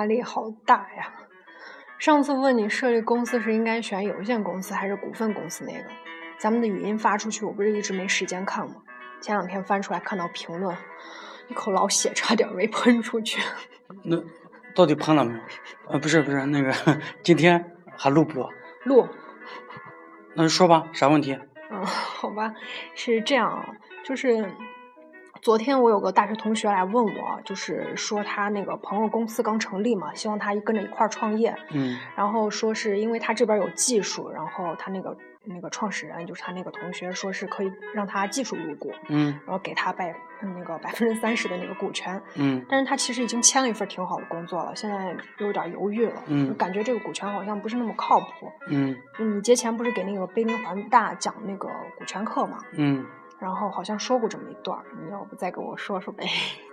压力好大呀。上次问你设立公司是应该选有限公司还是股份公司那个，咱们的语音发出去，我不是一直没时间看吗？前2天翻出来看到评论，一口老血差点没喷出去。 那到底喷了没有？不是那个，今天还录不录？ 录。 那说吧，啥问题？ 好吧，是这样啊，就是昨天我有个大学同学来问我，就是说他那个朋友公司刚成立嘛，希望他跟着一块儿创业。然后说是因为他这边有技术，然后他那个创始人就是他那个同学说是可以让他技术入股，然后给他30%的那个股权。但是他其实已经签了一份挺好的工作了，现在有点犹豫了。感觉这个股权好像不是那么靠谱。你节前不是给那个北京环大讲那个股权课嘛？然后好像说过这么一段，你要不再给我说说呗？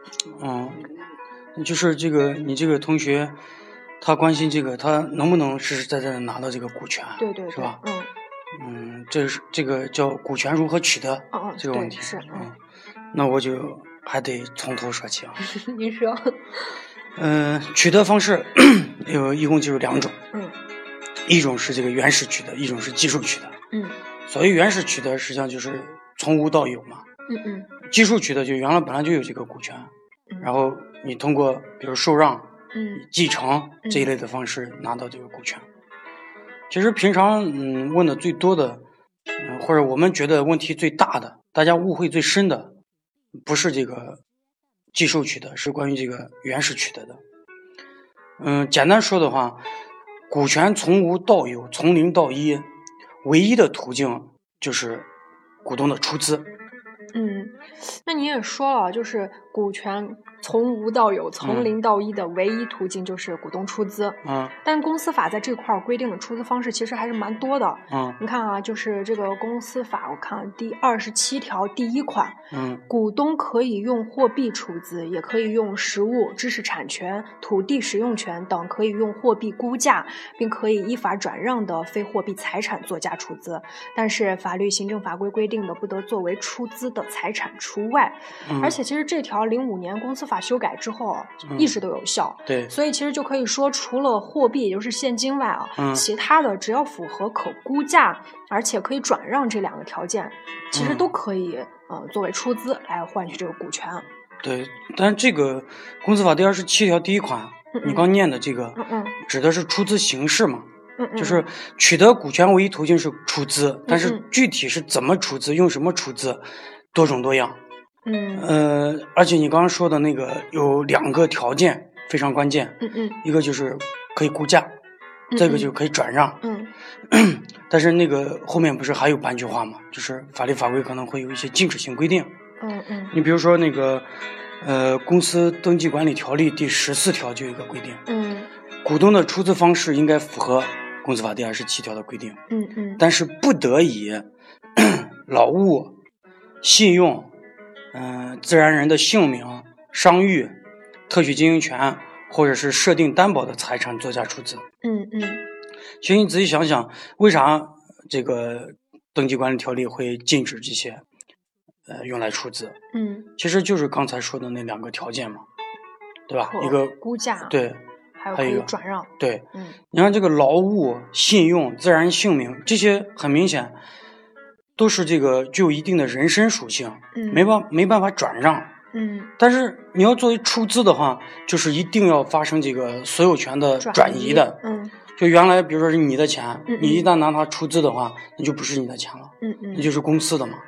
就是你这个同学，他关心这个，他能不能实实在在的拿到这个股权？ 对， 是吧？这个叫股权如何取得？这个问题是。 那我就还得从头说起啊。 你说。 取得方式一共就是2种。一种是这个原始取得，一种是技术取得。所谓原始取得，实际上就是从无到有嘛。技术取得就原来本来就有这个股权，然后你通过比如受让、继承这一类的方式拿到这个股权。其实平常问的最多的，或者我们觉得问题最大的，大家误会最深的，不是这个技术取得，是关于这个原始取得的。简单说的话，股权从无到有，从0到1，唯一的途径就是股东的出资。 那你也说了，就是股权从无到有，从0到1的唯一途径就是股东出资。但是公司法在这块规定的出资方式其实还是蛮多的。你看啊，就是这个公司法，我看第27条第1款，股东可以用货币出资，也可以用实物、知识产权、土地使用权等可以用货币估价，并可以依法转让的非货币财产作价出资。但是法律、行政法规规定的不得作为出资的财产除外。而且其实这条05年公司法修改之后一直都有效。 对， 所以其实就可以说，除了货币也就是现金外其他的只要符合可估价而且可以转让这2个条件，其实都可以作为出资来换取这个股权。 对，但这个公司法第27条第1款，你刚念的这个指的是出资形式嘛？就是取得股权唯一途径是出资，但是具体是怎么出资，用什么出资，多种多样。而且你刚刚说的那个有2个条件非常关键。一个就是可以估价，这个就可以转让。但是那个后面不是还有半句话吗？就是法律法规可能会有一些禁止性规定。你比如说那个公司登记管理条例第14条就有一个规定。股东的出资方式应该符合公司法第27条的规定。但是不得以劳务、信用、自然人的姓名、商誉、特许经营权或者是设定担保的财产作价出资。其实你仔细想想，为啥这个登记管理条例会禁止这些用来出资？其实就是刚才说的那2个条件嘛，对吧？一个估价， 对， 还有可以转让。 对，你看这个劳务、信用、自然姓名，这些很明显都是这个具有一定的人身属性，没办法转让。但是你要作为出资的话，就是一定要发生这个所有权的转移的。就原来比如说是你的钱，你一旦拿它出资的话，那就不是你的钱了。那就是公司的嘛。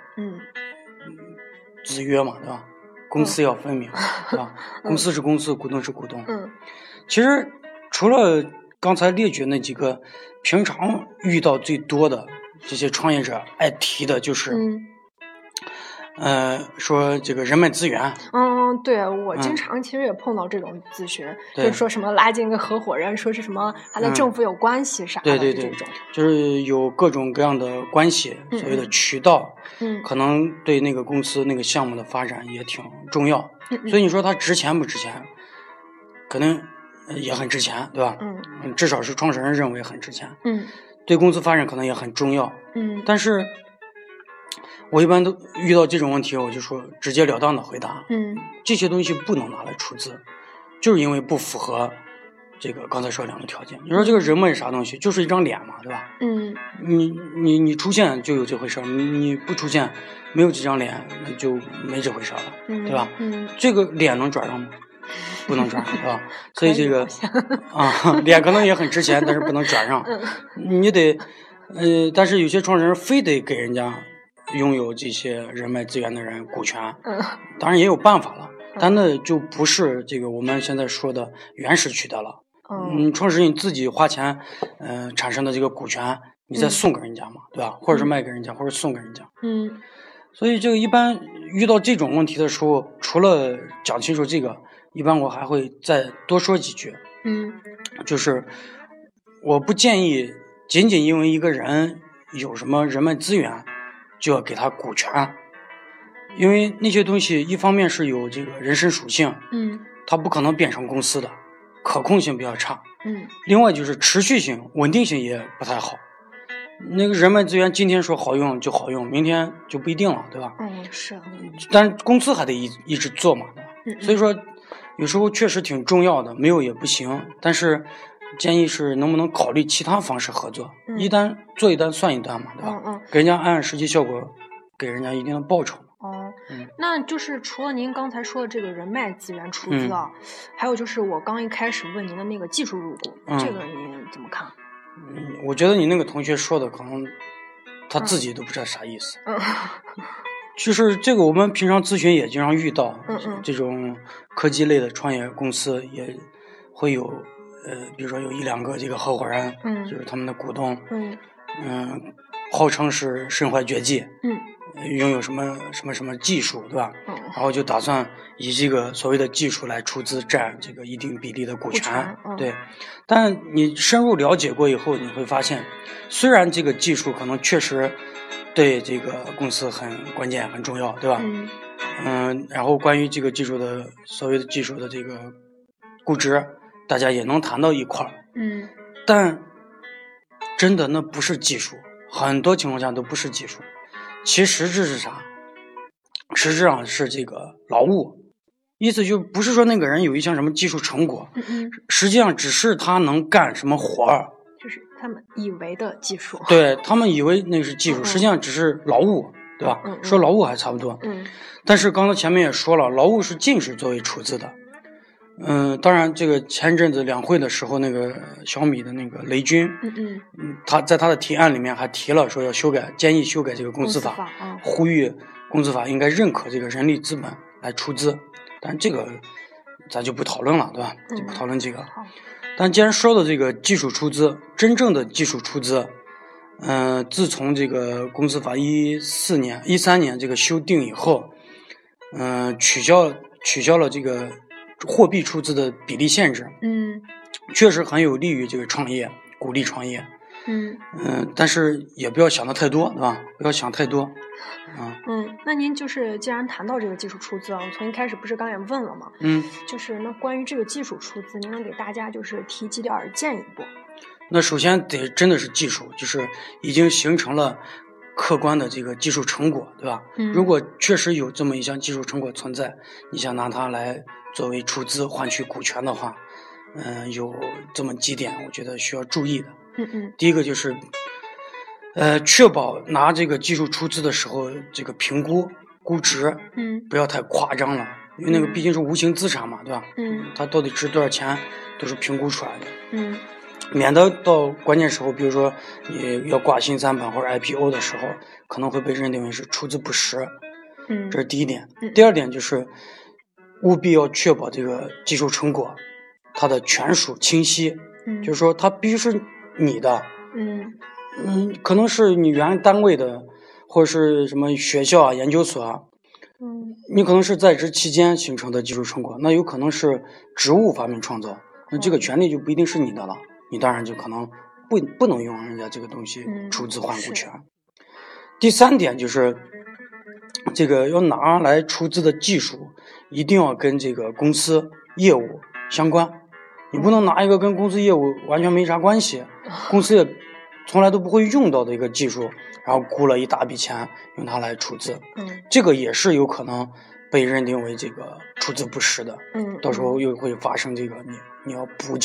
子曰嘛，对吧？公私要分明，对吧？公司是公司，股东是股东。其实除了刚才列举那几个平常遇到最多的这些创业者爱提的就是说这个人脉资源。 对，我经常其实也碰到这种咨询，就是说什么拉进个合伙人，说是什么还跟政府有关系啥的。 对， 这种就是有各种各样的关系，所谓的渠道，可能对那个公司那个项目的发展也挺重要。所以你说它值钱不值钱？可能也很值钱，对吧？至少是创始人认为很值钱。对公司发展可能也很重要。但是我一般都遇到这种问题，我就说直截了当的回答。这些东西不能拿来出资，就是因为不符合这个刚才说两个条件。你说这个人脉啥东西，就是一张脸嘛，对吧？你出现就有这回事儿，你不出现，没有这张脸，那就没这回事儿了，对吧？这个脸能转让吗？不能转让，对吧？所以这个脸可能也很值钱，但是不能转让。你得但是有些创始人非得给人家拥有这些人脉资源的人股权，当然也有办法了，但那就不是这个我们现在说的原始取得了。创始人你自己花钱产生的这个股权，你再送给人家嘛，对吧？或者是卖给人家，或者送给人家。所以这个一般遇到这种问题的时候，除了讲清楚这个，一般我还会再多说几句。就是我不建议仅仅因为一个人有什么人脉资源就要给他股权，因为那些东西一方面是有这个人身属性，它不可能变成公司的，可控性比较差，另外就是持续性稳定性也不太好。那个人脉资源今天说好用就好用，明天就不一定了，对吧？ 是。 但公司还得一直做嘛，对吧？所以说有时候确实挺重要的，没有也不行，但是建议是能不能考虑其他方式合作，一单做一单算一单嘛，对吧？给人家按实际效果给人家一定的报酬。 那就是除了您刚才说的这个人脉资源出资啊，还有就是我刚一开始问您的那个技术入股，这个您怎么看？ 我觉得你那个同学说的可能他自己都不知道啥意思。就是这个我们平常咨询也经常遇到，这种科技类的创业公司也会有比如说有一两个这个合伙人，就是他们的股东，号称是身怀绝技，拥有什么技术，对吧？然后就打算以这个所谓的技术来出资占这个一定比例的股权，对。但你深入了解过以后，你会发现，虽然这个技术可能确实对这个公司很关键、很重要，对吧？然后关于这个技术的所谓的技术的这个估值，大家也能谈到一块儿，但真的那不是技术，很多情况下都不是技术。其实质是啥？实质上是这个劳务，意思就不是说那个人有一项什么技术成果，实际上只是他能干什么活儿， 就是他们以为的技术。 对，他们以为那是技术，实际上只是劳务，对吧？说劳务还差不多。但是刚才前面也说了，劳务是禁止作为出资的。当然，这个前阵子两会的时候，那个小米的那个雷军，他在他的提案里面还提了说要建议修改这个公司法，呼吁公司法应该认可这个人力资本来出资。但这个咱就不讨论了，对吧？就不讨论这个。但既然说到这个技术出资，真正的技术出资，自从这个公司法13年这个修订以后，取消了这个货币出资的比例限制，确实很有利于这个创业，鼓励创业，但是也不要想的太多，对吧？不要想太多， 那您就是既然谈到这个技术出资啊，从一开始不是刚也问了吗？就是那关于这个技术出资，您能给大家就是提几点建议不？ 那首先得真的是技术，就是已经形成了客观的这个技术成果，对吧？如果确实有这么一项技术成果存在，你想拿它来作为出资换取股权的话，有这么几点我觉得需要注意的。第一个就是确保拿这个技术出资的时候，这个评估估值不要太夸张了，因为那个毕竟是无形资产嘛，对吧？它到底值多少钱都是评估出来的。免得到关键时候，比如说你要挂新三板或者 IPO 的时候，可能会被认定为是出资不实。这是第一点。第二点就是务必要确保这个技术成果它的权属清晰，就是说它必须是你的。可能是你原单位的，或者是什么学校啊、研究所啊，你可能是在职期间形成的技术成果，那有可能是职务发明创造，那这个权利就不一定是你的了。你当然就可能不能用人家这个东西出资换股权。第三点就是这个要拿来出资的技术一定要跟这个公司业务相关，你不能拿一个跟公司业务完全没啥关系，公司也从来都不会用到的一个技术，然后估了一大笔钱用它来出资，这个也是有可能被认定为这个出资不实的。到时候又会发生这个你要补缴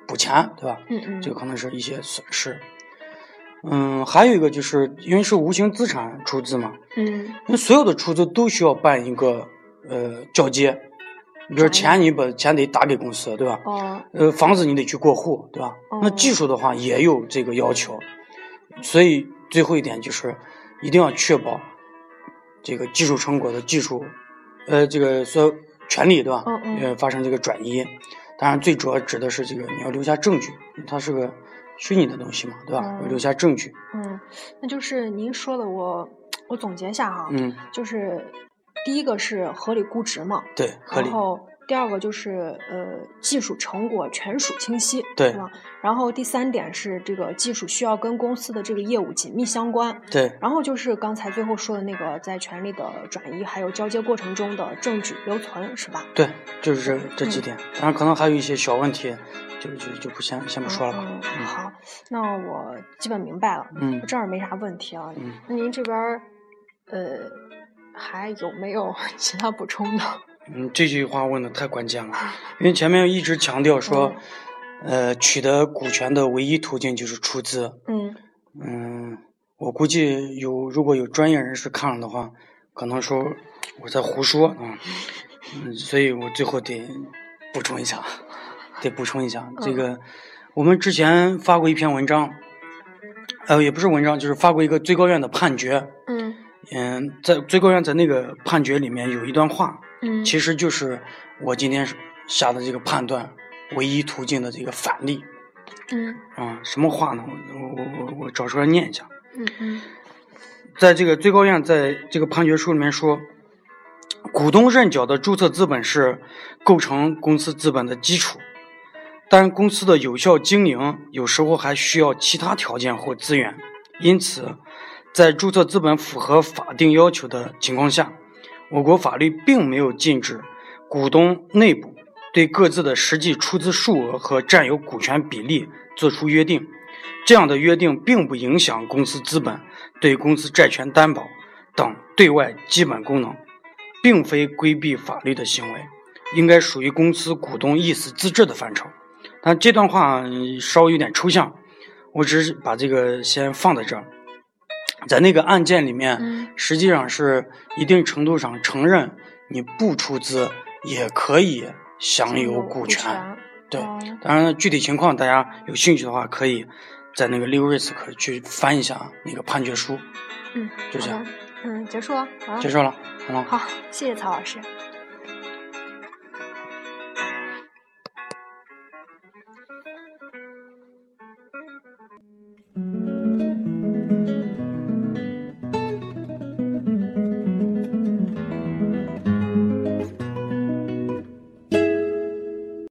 补钱，对吧？这个可能是一些损失。还有一个就是因为是无形资产出资嘛，那所有的出资都需要办一个交接，比如说钱你把钱得打给公司，对吧？房子你得去过户，对吧？那技术的话也有这个要求，所以最后一点就是一定要确保这个技术成果的技术，这个所有权利，对吧？发生这个转移。当然最主要指的是这个你要留下证据，它是个虚拟的东西嘛，对吧？要留下证据。 那就是您说的，我总结一下哈，就是第一个是合理估值嘛， 对，合理。 然后第二个就是技术成果权属清晰， 对吧？然后第三点是这个技术需要跟公司的这个业务紧密相关， 对。 然后就是刚才最后说的那个在权利的转移还有交接过程中的证据留存，是吧？ 对，就是这几点。当然可能还有一些小问题，就不先不说了吧。 好，那我基本明白了。这儿没啥问题啊。那您这边还有没有其他补充的？ 这句话问的太关键了，因为前面一直强调说，取得股权的唯一途径就是出资。我估计如果有专业人士看了的话，可能说我在胡说啊。所以我最后得补充一下，这个我们之前发过一篇文章，也不是文章，就是发过一个最高院的判决。在最高院在那个判决里面有一段话，其实就是我今天下的这个判断唯一途径的这个反例。什么话呢？我找出来念一下。在这个最高院在这个判决书里面说，股东认缴的注册资本是构成公司资本的基础，但公司的有效经营有时候还需要其他条件或资源，因此在注册资本符合法定要求的情况下，我国法律并没有禁止股东内部对各自的实际出资数额和占有股权比例作出约定，这样的约定并不影响公司资本对公司债权担保等对外基本功能，并非规避法律的行为，应该属于公司股东意思自治的范畴。但这段话稍微有点抽象，我只是把这个先放在这儿。在那个案件里面，实际上是一定程度上承认你不出资也可以享有股权。对，当然具体情况大家有兴趣的话，可以在那个 LegalRisk 去翻一下那个判决书。就这样。 结束了。 结束了，好吗？ 好，谢谢曹老师。